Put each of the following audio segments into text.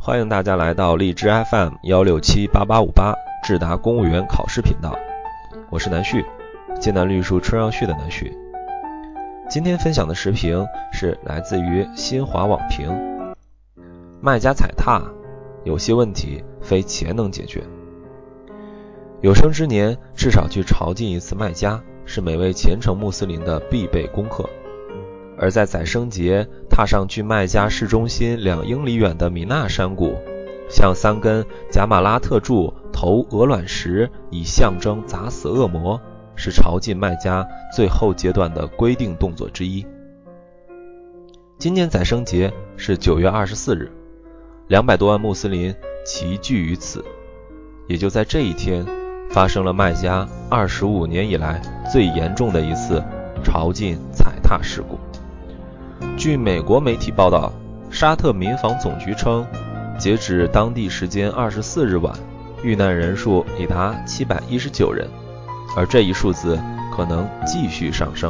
欢迎大家来到荔枝 FM1678858智达公务员考试频道，我是南旭，艰难绿树春让旭的南旭。今天分享的时评是来自于新华网评，卖家踩踏，有些问题非钱能解决。有生之年至少去朝觐一次卖家，是每位虔诚穆斯林的必备功课。而在宰生节踏上距麦加市中心2英里远的米纳山谷，向3根贾马拉特柱投鹅卵石，以象征砸死恶魔，是朝觐麦加最后阶段的规定动作之一。今年宰生节是9月24日，200多万穆斯林齐聚于此，也就在这一天发生了麦加25年以来最严重的一次朝觐踩踏事故。据美国媒体报道，沙特民防总局称，截止当地时间24日晚，遇难人数已达719人，而这一数字可能继续上升。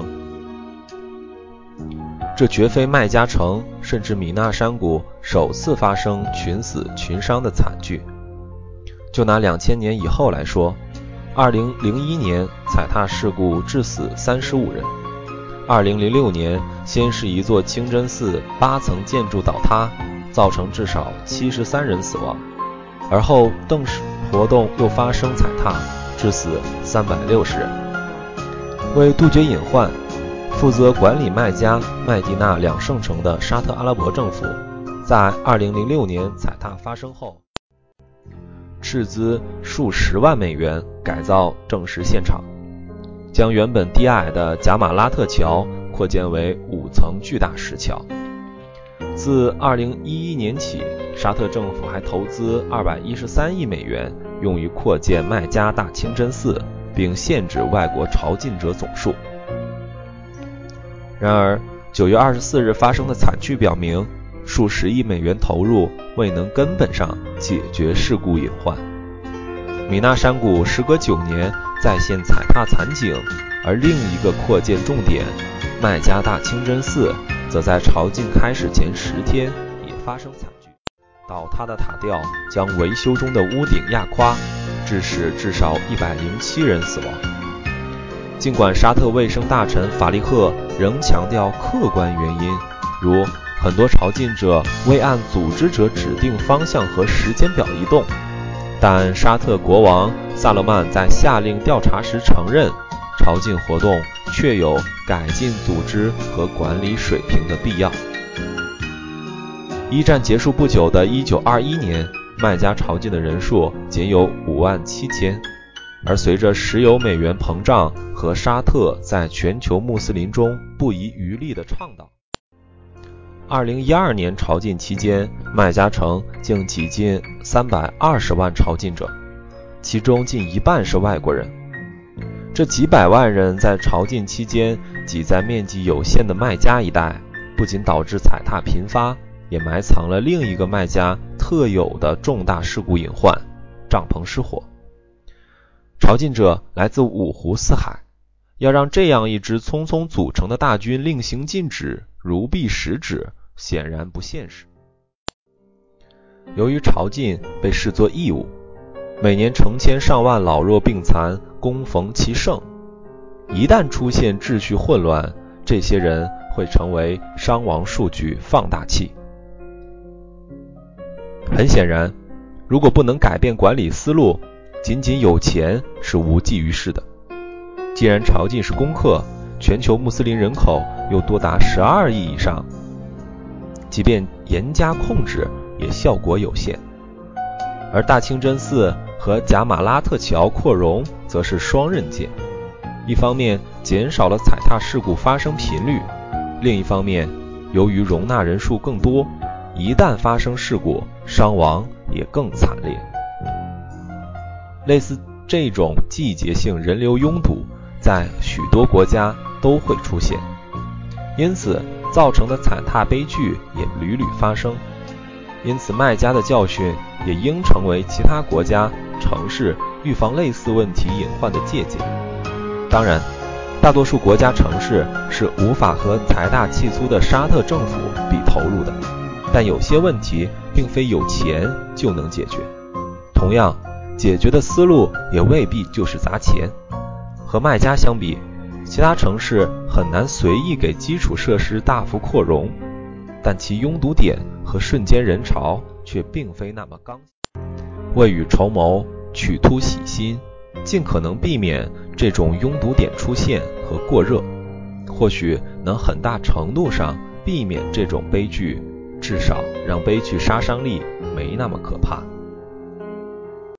这绝非麦加城甚至米纳山谷首次发生群死群伤的惨剧。就拿2000年以后来说，2001年踩踏事故致死35人，2006年先是一座清真寺8层建筑倒塌，造成至少73人死亡，而后邓氏活动又发生踩踏，致死360人。为杜绝隐患，负责管理麦加、麦地那2圣城的沙特阿拉伯政府，在2006年踩踏发生后，斥资数十万美元改造正式现场，将原本低矮的贾马拉特桥扩建为5层巨大石桥。自2011年起，沙特政府还投资213亿美元用于扩建麦加大清真寺，并限制外国朝觐者总数。然而9月24日发生的惨剧表明，数十亿美元投入未能根本上解决事故隐患。米纳山谷时隔9年再现踩踏惨景，而另一个扩建重点麦加大清真寺则在朝觐开始前10天也发生惨剧，倒塌的塔吊将维修中的屋顶压垮，致使至少107人死亡。尽管沙特卫生大臣法利赫仍强调客观原因，如很多朝觐者未按组织者指定方向和时间表移动，但沙特国王萨勒曼在下令调查时承认，朝觐活动确有改进组织和管理水平的必要。一战结束不久的1921年，麦加朝觐的人数仅有57000，而随着石油美元膨胀和沙特在全球穆斯林中不遗余力的倡导，2012年朝觐期间，麦加城竟挤进320万朝觐者，其中近一半是外国人。这几百万人在朝觐期间挤在面积有限的麦加一带，不仅导致踩踏频发，也埋藏了另一个麦加特有的重大事故隐患——帐篷失火。朝觐者来自5湖4海，要让这样一支匆匆组成的大军令行禁止，如臂使指，显然不现实。由于朝觐被视作义务，每年成千上万老弱病残恭逢其盛，一旦出现秩序混乱，这些人会成为伤亡数据放大器。很显然，如果不能改变管理思路，仅仅有钱是无济于事的。既然朝觐是功课，全球穆斯林人口又多达12亿以上，即便严加控制也效果有限。而大清真寺和贾马拉特桥扩容则是双刃剑，一方面减少了踩踏事故发生频率，另一方面由于容纳人数更多，一旦发生事故，伤亡也更惨烈。类似这种季节性人流拥堵在许多国家都会出现，因此造成的踩踏悲剧也屡屡发生。因此麦加的教训也应成为其他国家城市预防类似问题隐患的借鉴。当然，大多数国家城市是无法和财大气粗的沙特政府比投入的，但有些问题并非有钱就能解决。同样，解决的思路也未必就是砸钱。和麦加相比，其他城市很难随意给基础设施大幅扩容，但其拥堵点和瞬间人潮却并非那么刚。未雨绸缪，取突洗心，尽可能避免这种拥堵点出现和过热，或许能很大程度上避免这种悲剧，至少让悲剧杀伤力没那么可怕。